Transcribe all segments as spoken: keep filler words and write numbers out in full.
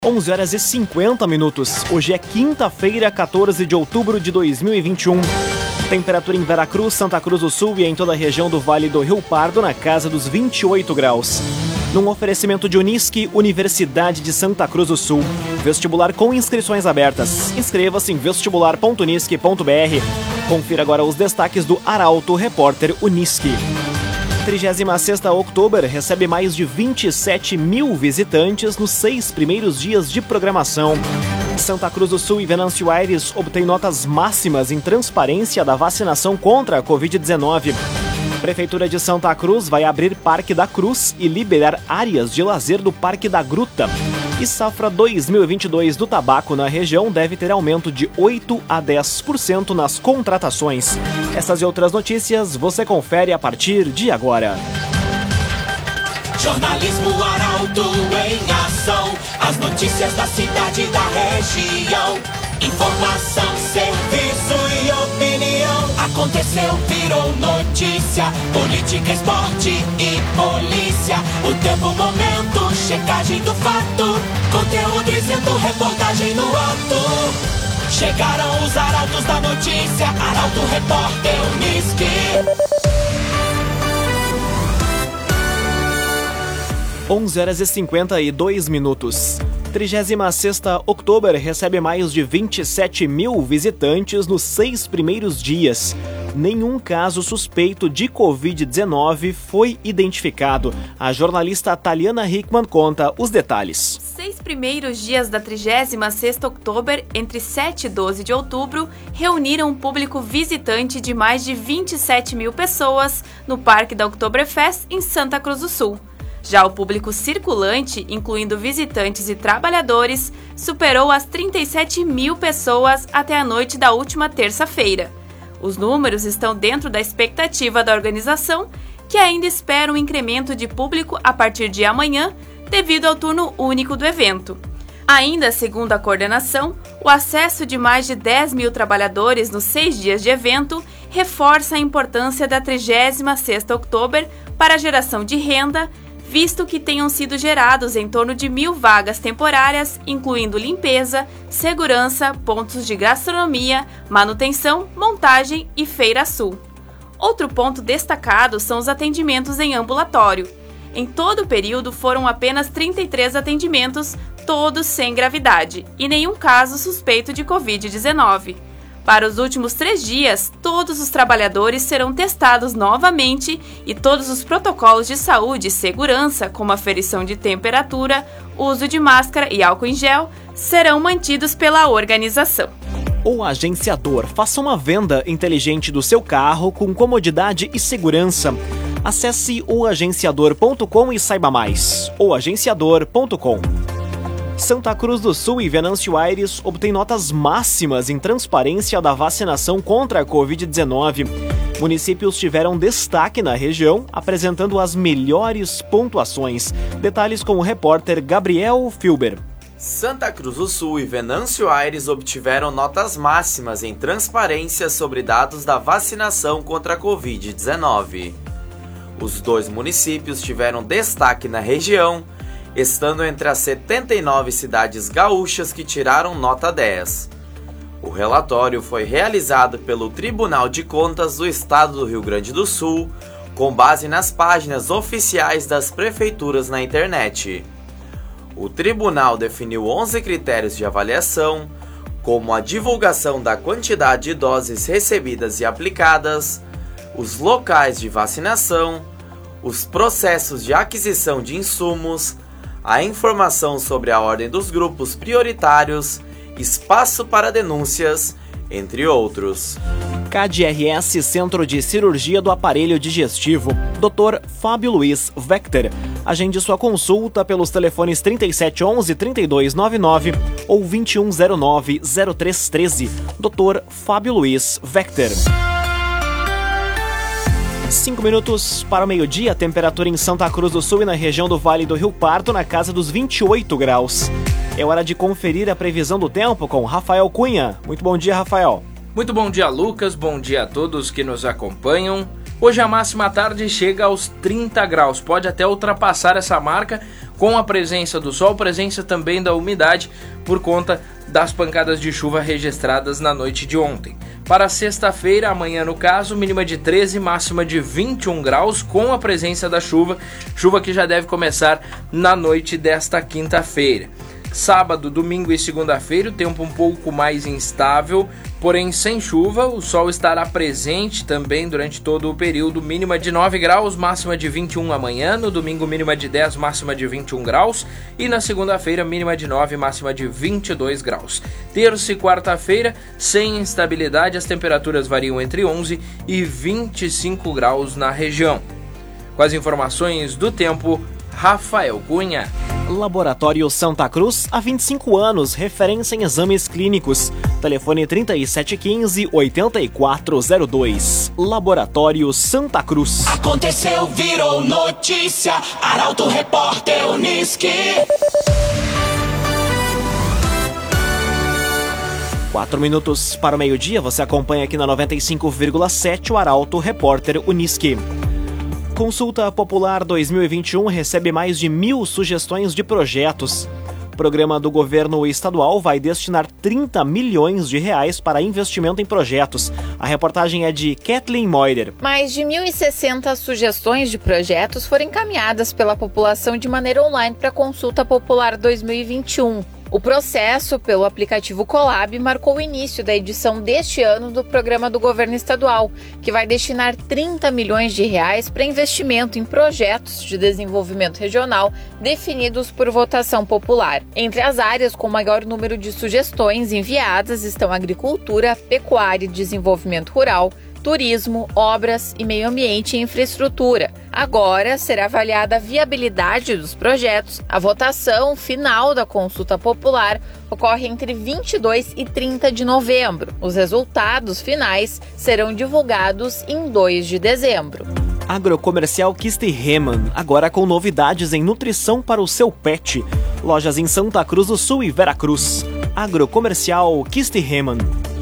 onze horas e cinquenta minutos. Hoje é quinta-feira, quatorze de outubro de dois mil e vinte e um. Temperatura em Veracruz, Santa Cruz do Sul e em toda a região do Vale do Rio Pardo na casa dos vinte e oito graus. Num oferecimento de Unisque, Universidade de Santa Cruz do Sul. Vestibular com inscrições abertas. Inscreva-se em vestibular ponto unisque ponto br. Confira agora os destaques do Arauto Repórter Unisque. trigésima sexta Outubro recebe mais de vinte e sete mil visitantes nos seis primeiros dias de programação. Santa Cruz do Sul e Venâncio Aires obtêm notas máximas em transparência da vacinação contra a covid dezenove. Prefeitura de Santa Cruz vai abrir Parque da Cruz e liberar áreas de lazer do Parque da Gruta. E safra dois mil e vinte e dois do tabaco na região deve ter aumento de oito a dez por cento nas contratações. Essas e outras notícias você confere a partir de agora. Jornalismo Arauto em ação. As notícias da cidade e da região. Informação, serviço e opinião. Aconteceu, virou notícia. Política, esporte e polícia. O tempo, momento, checagem do fato. Conteúdo dizendo, reportagem no ato. Chegaram os arautos da notícia. Arauto Repórter Unisque. onze horas e cinquenta e dois minutos. trigésima sexta Outubro recebe mais de vinte e sete mil visitantes nos seis primeiros dias. Nenhum caso suspeito de covid dezenove foi identificado. A jornalista Taliana Hickman conta os detalhes. Seis primeiros dias da trigésima sexta Outubro, entre sete e doze de outubro, reuniram um público visitante de mais de vinte e sete mil pessoas no Parque da Oktoberfest, em Santa Cruz do Sul. Já o público circulante, incluindo visitantes e trabalhadores, superou as trinta e sete mil pessoas até a noite da última terça-feira. Os números estão dentro da expectativa da organização, que ainda espera um incremento de público a partir de amanhã, devido ao turno único do evento. Ainda segundo a coordenação, o acesso de mais de dez mil trabalhadores nos seis dias de evento reforça a importância da trigésima sexta Outubro para a geração de renda, visto que tenham sido gerados em torno de mil vagas temporárias, incluindo limpeza, segurança, pontos de gastronomia, manutenção, montagem e Feira Sul. Outro ponto destacado são os atendimentos em ambulatório. Em todo o período foram apenas trinta e três atendimentos, todos sem gravidade, e nenhum caso suspeito de covid dezenove. Para os últimos três dias, todos os trabalhadores serão testados novamente e todos os protocolos de saúde e segurança, como aferição de temperatura, uso de máscara e álcool em gel, serão mantidos pela organização. O agenciador. Faça uma venda inteligente do seu carro com comodidade e segurança. Acesse o agenciador ponto com e saiba mais. o agenciador ponto com. Santa Cruz do Sul e Venâncio Aires obtêm notas máximas em transparência da vacinação contra a covid dezenove. Municípios tiveram destaque na região, apresentando as melhores pontuações. Detalhes com o repórter Gabriel Filber. Santa Cruz do Sul e Venâncio Aires obtiveram notas máximas em transparência sobre dados da vacinação contra a covid dezenove. Os dois municípios tiveram destaque na região, estando entre as setenta e nove cidades gaúchas que tiraram nota dez. O relatório foi realizado pelo Tribunal de Contas do Estado do Rio Grande do Sul, com base nas páginas oficiais das prefeituras na internet. O tribunal definiu onze critérios de avaliação, como a divulgação da quantidade de doses recebidas e aplicadas, os locais de vacinação, os processos de aquisição de insumos, a informação sobre a ordem dos grupos prioritários, espaço para denúncias, entre outros. C A D R S Centro de Cirurgia do Aparelho Digestivo, doutor Fábio Luiz Vector. Agende sua consulta pelos telefones trinta e sete onze, trinta e dois noventa e nove ou vinte e um zero nove, zero três um três. doutor Fábio Luiz Vector. Cinco minutos para o meio-dia, temperatura em Santa Cruz do Sul e na região do Vale do Rio Pardo na casa dos vinte e oito graus. É hora de conferir a previsão do tempo com Rafael Cunha. Muito bom dia, Rafael. Muito bom dia, Lucas. Bom dia a todos que nos acompanham. Hoje a máxima à tarde chega aos trinta graus. Pode até ultrapassar essa marca com a presença do sol, presença também da umidade por conta das pancadas de chuva registradas na noite de ontem. Para sexta-feira, amanhã no caso, mínima de treze, máxima de vinte e um graus, com a presença da chuva, chuva que já deve começar na noite desta quinta-feira. Sábado, domingo e segunda-feira, o tempo um pouco mais instável, porém sem chuva. O sol estará presente também durante todo o período, mínima de nove graus, máxima de vinte e um amanhã. No domingo, mínima de dez, máxima de vinte e um graus. E na segunda-feira, mínima de nove, máxima de vinte e dois graus. Terça e quarta-feira, sem instabilidade, as temperaturas variam entre onze e vinte e cinco graus na região. Com as informações do tempo, Rafael Cunha. Laboratório Santa Cruz, há vinte e cinco anos, referência em exames clínicos. Telefone trinta e sete quinze, oitenta e quatro zero dois. Laboratório Santa Cruz. Aconteceu, virou notícia. Arauto Repórter Unisque. Quatro minutos para o meio-dia, você acompanha aqui na noventa e cinco vírgula sete o Arauto Repórter Unisque. Consulta Popular dois mil e vinte e um recebe mais de mil sugestões de projetos. O programa do governo estadual vai destinar trinta milhões de reais para investimento em projetos. A reportagem é de Kathleen Moider. Mais de mil e sessenta sugestões de projetos foram encaminhadas pela população de maneira online para a Consulta Popular dois mil e vinte e um. O processo, pelo aplicativo Colab, marcou o início da edição deste ano do programa do governo estadual, que vai destinar trinta milhões de reais para investimento em projetos de desenvolvimento regional definidos por votação popular. Entre as áreas com maior número de sugestões enviadas estão agricultura, pecuária e desenvolvimento rural, turismo, obras e meio ambiente e infraestrutura. Agora será avaliada a viabilidade dos projetos. A votação final da consulta popular ocorre entre vinte e dois e trinta de novembro. Os resultados finais serão divulgados em dois de dezembro. Agrocomercial Kisti-Hemann, agora com novidades em nutrição para o seu pet. Lojas em Santa Cruz do Sul e Veracruz. Agrocomercial Kisti-Hemann.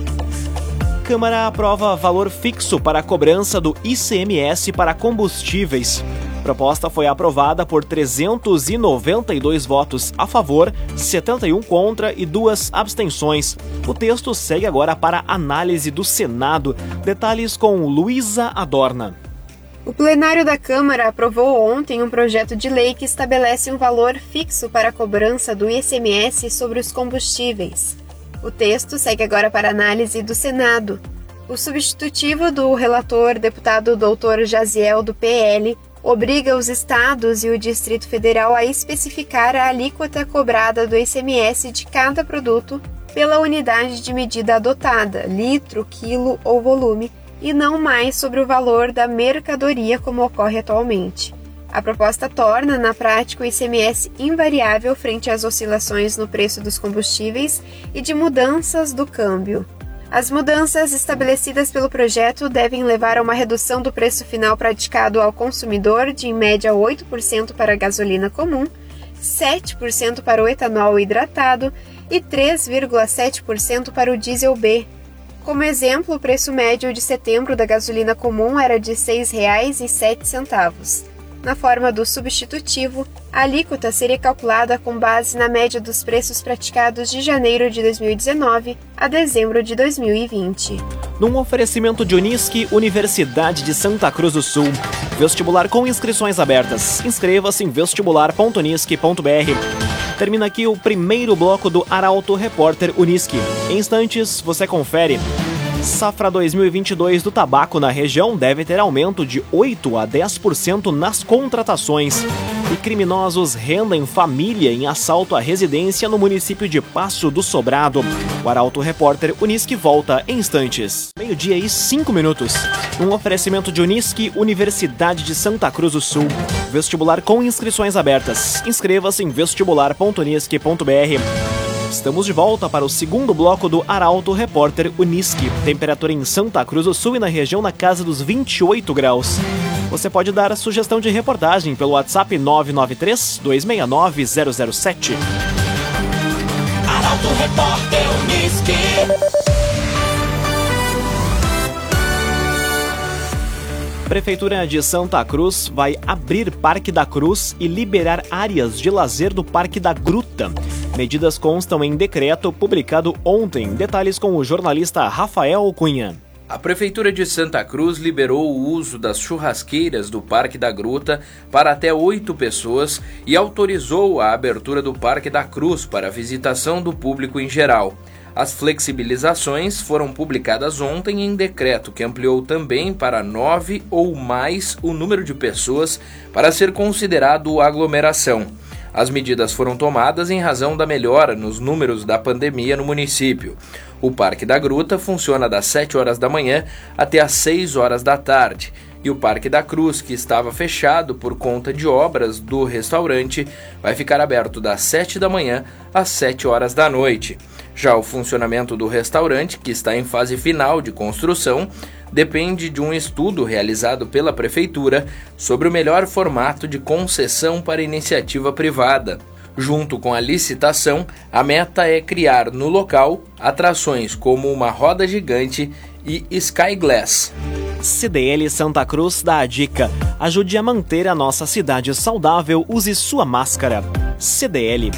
Câmara aprova valor fixo para a cobrança do I C M S para combustíveis. A proposta foi aprovada por trezentos e noventa e dois votos a favor, setenta e um contra e duas abstenções. O texto segue agora para análise do Senado. Detalhes com Luísa Adorna. O plenário da Câmara aprovou ontem um projeto de lei que estabelece um valor fixo para a cobrança do I C M S sobre os combustíveis. O texto segue agora para análise do Senado. O substitutivo do relator, deputado doutor Jaziel, do P L, obriga os estados e o Distrito Federal a especificar a alíquota cobrada do I C M S de cada produto pela unidade de medida adotada, litro, quilo ou volume, e não mais sobre o valor da mercadoria como ocorre atualmente. A proposta torna, na prática, o I C M S invariável frente às oscilações no preço dos combustíveis e de mudanças do câmbio. As mudanças estabelecidas pelo projeto devem levar a uma redução do preço final praticado ao consumidor de, em média, oito por cento para a gasolina comum, sete por cento para o etanol hidratado e três vírgula sete por cento para o diesel B. Como exemplo, o preço médio de setembro da gasolina comum era de seis reais e sete centavos. Na forma do substitutivo, a alíquota seria calculada com base na média dos preços praticados de janeiro de dois mil e dezenove a dezembro de dois mil e vinte. Num oferecimento de Unisque, Universidade de Santa Cruz do Sul. Vestibular com inscrições abertas. Inscreva-se em vestibular ponto unisque ponto b r. Termina aqui o primeiro bloco do Arauto Repórter Unisque. Em instantes, você confere. Safra dois mil e vinte e dois do tabaco na região deve ter aumento de oito a dez por cento nas contratações. E criminosos rendem família em assalto à residência no município de Passo do Sobrado. O Arauto Repórter Unisque volta em instantes. Meio-dia e cinco minutos. Um oferecimento de Unisque, Universidade de Santa Cruz do Sul. Vestibular com inscrições abertas. Inscreva-se em vestibular ponto unisque ponto b r. Estamos de volta para o segundo bloco do Arauto Repórter Unisque. Temperatura em Santa Cruz do Sul e na região na casa dos vinte e oito graus. Você pode dar a sugestão de reportagem pelo WhatsApp nove nove três, dois seis nove, zero zero sete. Arauto Repórter Unisque. Prefeitura de Santa Cruz vai abrir Parque da Cruz e liberar áreas de lazer do Parque da Gruta. Medidas constam em decreto publicado ontem. Detalhes com o jornalista Rafael Cunha. A Prefeitura de Santa Cruz liberou o uso das churrasqueiras do Parque da Gruta para até oito pessoas e autorizou a abertura do Parque da Cruz para visitação do público em geral. As flexibilizações foram publicadas ontem em decreto que ampliou também para nove ou mais o número de pessoas para ser considerado aglomeração. As medidas foram tomadas em razão da melhora nos números da pandemia no município. O Parque da Gruta funciona das sete horas da manhã até às seis horas da tarde. E o Parque da Cruz, que estava fechado por conta de obras do restaurante, vai ficar aberto das sete da manhã às sete horas da noite. Já o funcionamento do restaurante, que está em fase final de construção, depende de um estudo realizado pela Prefeitura sobre o melhor formato de concessão para iniciativa privada. Junto com a licitação, a meta é criar no local atrações como uma roda gigante e Sky Glass. C D L Santa Cruz dá a dica: ajude a manter a nossa cidade saudável, use sua máscara. C D L.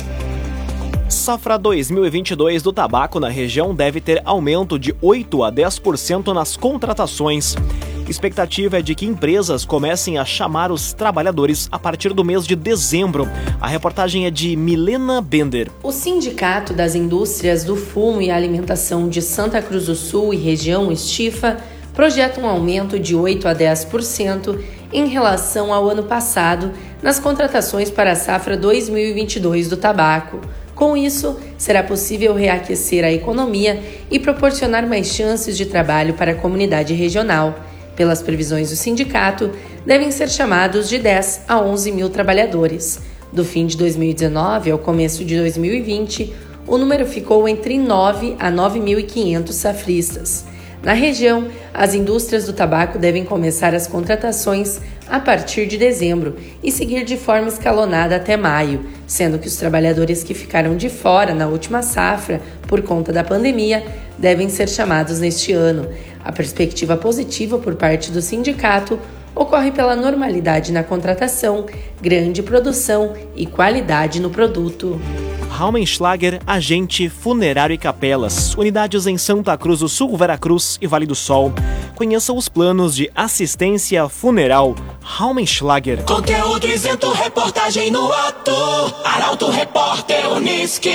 Safra dois mil e vinte e dois do tabaco na região deve ter aumento de oito a dez por cento nas contratações. Expectativa é de que empresas comecem a chamar os trabalhadores a partir do mês de dezembro. A reportagem é de Milena Bender. O Sindicato das Indústrias do Fumo e Alimentação de Santa Cruz do Sul e região Estifa projeta um aumento de oito a dez por cento em relação ao ano passado nas contratações para a safra dois mil e vinte e dois do tabaco. Com isso, será possível reaquecer a economia e proporcionar mais chances de trabalho para a comunidade regional. Pelas previsões do sindicato, devem ser chamados de dez a onze mil trabalhadores. Do fim de dois mil e dezenove ao começo de dois mil e vinte, o número ficou entre nove a nove mil e quinhentos safristas. Na região, as indústrias do tabaco devem começar as contratações a partir de dezembro e seguir de forma escalonada até maio, sendo que os trabalhadores que ficaram de fora na última safra por conta da pandemia devem ser chamados neste ano. A perspectiva positiva por parte do sindicato ocorre pela normalidade na contratação, grande produção e qualidade no produto. Raumenschlager, agente funerário e capelas, unidades em Santa Cruz do Sul, Veracruz e Vale do Sol. Conheça os planos de assistência funeral Raumenschlager. Conteúdo isento, reportagem no ato. Arauto Repórter Unisque.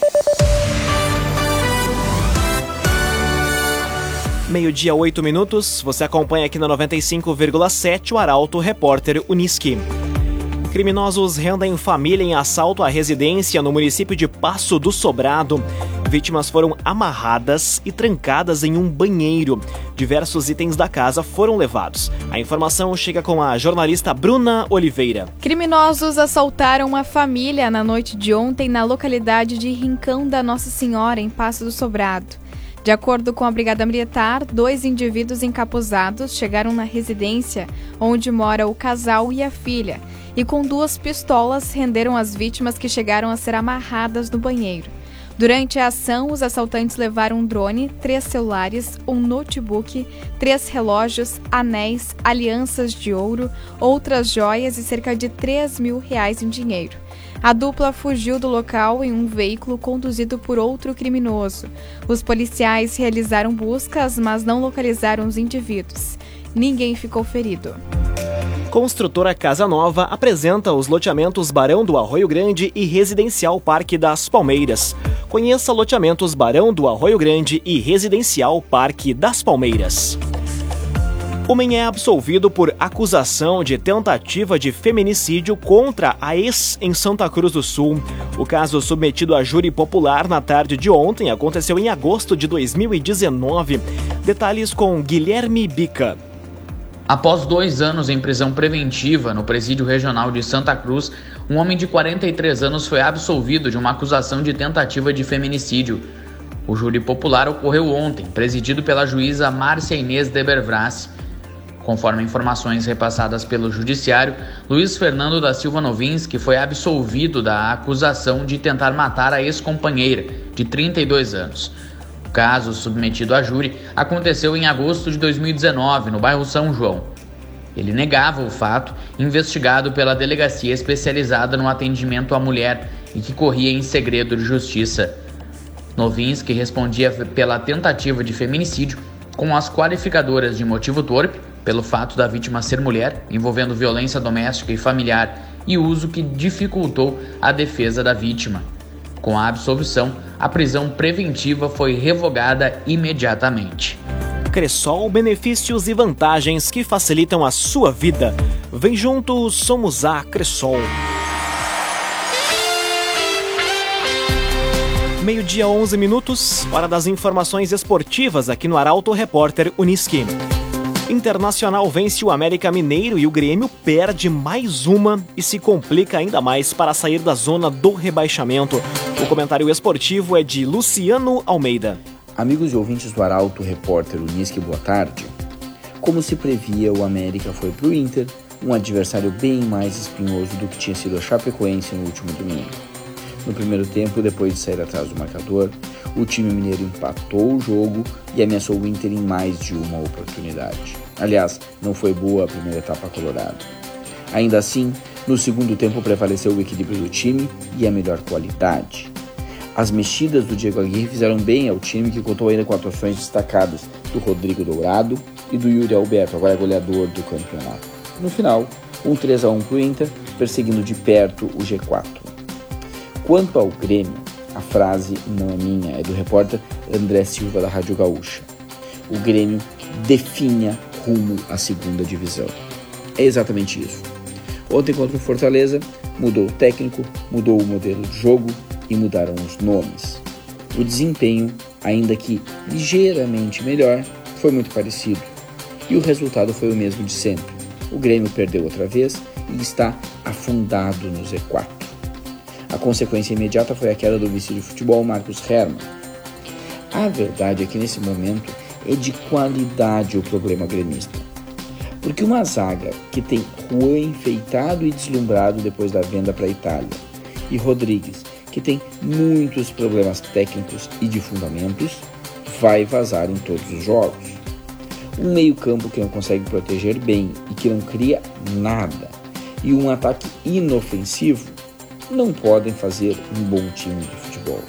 Meio-dia, oito minutos. Você acompanha aqui na noventa e cinco vírgula sete o Arauto Repórter Unisque. Criminosos rendem família em assalto à residência no município de Passo do Sobrado. Vítimas foram amarradas e trancadas em um banheiro. Diversos itens da casa foram levados. A informação chega com a jornalista Bruna Oliveira. Criminosos assaltaram uma família na noite de ontem na localidade de Rincão da Nossa Senhora, em Passo do Sobrado. De acordo com a Brigada Militar, dois indivíduos encapuzados chegaram na residência onde mora o casal e a filha e com duas pistolas renderam as vítimas que chegaram a ser amarradas no banheiro. Durante a ação, os assaltantes levaram um drone, três celulares, um notebook, três relógios, anéis, alianças de ouro, outras joias e cerca de três mil reais em dinheiro. A dupla fugiu do local em um veículo conduzido por outro criminoso. Os policiais realizaram buscas, mas não localizaram os indivíduos. Ninguém ficou ferido. Construtora Casa Nova apresenta os loteamentos Barão do Arroio Grande e Residencial Parque das Palmeiras. Conheça loteamentos Barão do Arroio Grande e Residencial Parque das Palmeiras. Homem é absolvido por acusação de tentativa de feminicídio contra a ex em Santa Cruz do Sul. O caso, submetido a júri popular na tarde de ontem, aconteceu em agosto de dois mil e dezenove. Detalhes com Guilherme Bica. Após dois anos em prisão preventiva no Presídio Regional de Santa Cruz, um homem de quarenta e três anos foi absolvido de uma acusação de tentativa de feminicídio. O júri popular ocorreu ontem, presidido pela juíza Márcia Inês Debervraz. Conforme informações repassadas pelo Judiciário, Luiz Fernando da Silva Novinski foi absolvido da acusação de tentar matar a ex-companheira, de trinta e dois anos. O caso, submetido a júri, aconteceu em agosto de dois mil e dezenove, no bairro São João. Ele negava o fato, investigado pela delegacia especializada no atendimento à mulher e que corria em segredo de justiça. Nowinski respondia pela tentativa de feminicídio com as qualificadoras de motivo torpe, pelo fato da vítima ser mulher, envolvendo violência doméstica e familiar e uso que dificultou a defesa da vítima. Com a absolvição, a prisão preventiva foi revogada imediatamente. Cressol, benefícios e vantagens que facilitam a sua vida. Vem junto, somos a Cressol. Meio-dia, onze minutos, hora das informações esportivas aqui no Arauto Repórter Uniski. Internacional vence o América Mineiro e o Grêmio perde mais uma e se complica ainda mais para sair da zona do rebaixamento. O comentário esportivo é de Luciano Almeida. Amigos e ouvintes do Arauto Repórter Uniski, boa tarde. Como se previa, o América foi para o Inter, um adversário bem mais espinhoso do que tinha sido a Chapecoense no último domingo. No primeiro tempo, depois de sair atrás do marcador, o time mineiro empatou o jogo e ameaçou o Inter em mais de uma oportunidade. Aliás, não foi boa a primeira etapa colorada. Ainda assim, no segundo tempo prevaleceu o equilíbrio do time e a melhor qualidade. As mexidas do Diego Aguirre fizeram bem ao time, que contou ainda com atuações destacadas do Rodrigo Dourado e do Yuri Alberto, agora goleador do campeonato. No final, um três a um para o Inter, perseguindo de perto o G quatro. Quanto ao Grêmio, a frase não é minha, é do repórter André Silva da Rádio Gaúcha. O Grêmio definha rumo à segunda divisão. É exatamente isso. Ontem contra o Fortaleza, mudou o técnico, mudou o modelo de jogo e mudaram os nomes. O desempenho, ainda que ligeiramente melhor, foi muito parecido. E o resultado foi o mesmo de sempre. O Grêmio perdeu outra vez e está afundado no Z quatro. A consequência imediata foi a queda do vice de futebol Marcos Herrmann. A verdade é que nesse momento é de qualidade o problema gremista. Porque uma zaga que tem Juan enfeitado e deslumbrado depois da venda para a Itália e Rodrigues, que tem muitos problemas técnicos e de fundamentos, vai vazar em todos os jogos. Um meio-campo que não consegue proteger bem e que não cria nada, e um ataque inofensivo, não podem fazer um bom time de futebol.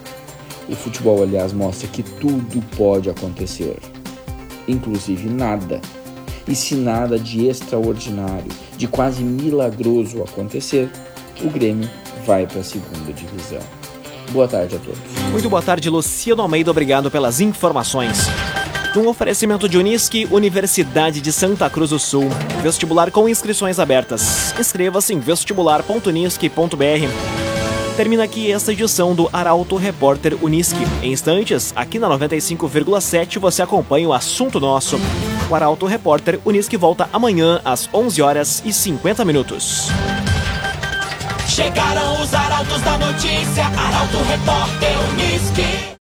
O futebol, aliás, mostra que tudo pode acontecer, inclusive nada. E se nada de extraordinário, de quase milagroso acontecer, o Grêmio vai para a segunda divisão. Boa tarde a todos. Muito boa tarde, Luciano Almeida. Obrigado pelas informações. Um oferecimento de Uniski, Universidade de Santa Cruz do Sul. Vestibular com inscrições abertas. Inscreva-se em vestibular ponto unisque ponto b r. Termina aqui esta edição do Arauto Repórter Uniski. Em instantes, aqui na noventa e cinco vírgula sete, você acompanha o assunto nosso. O Arauto Repórter Uniski volta amanhã às onze horas e cinquenta minutos. Chegaram os arautos da notícia, Arauto Repórter Uniski.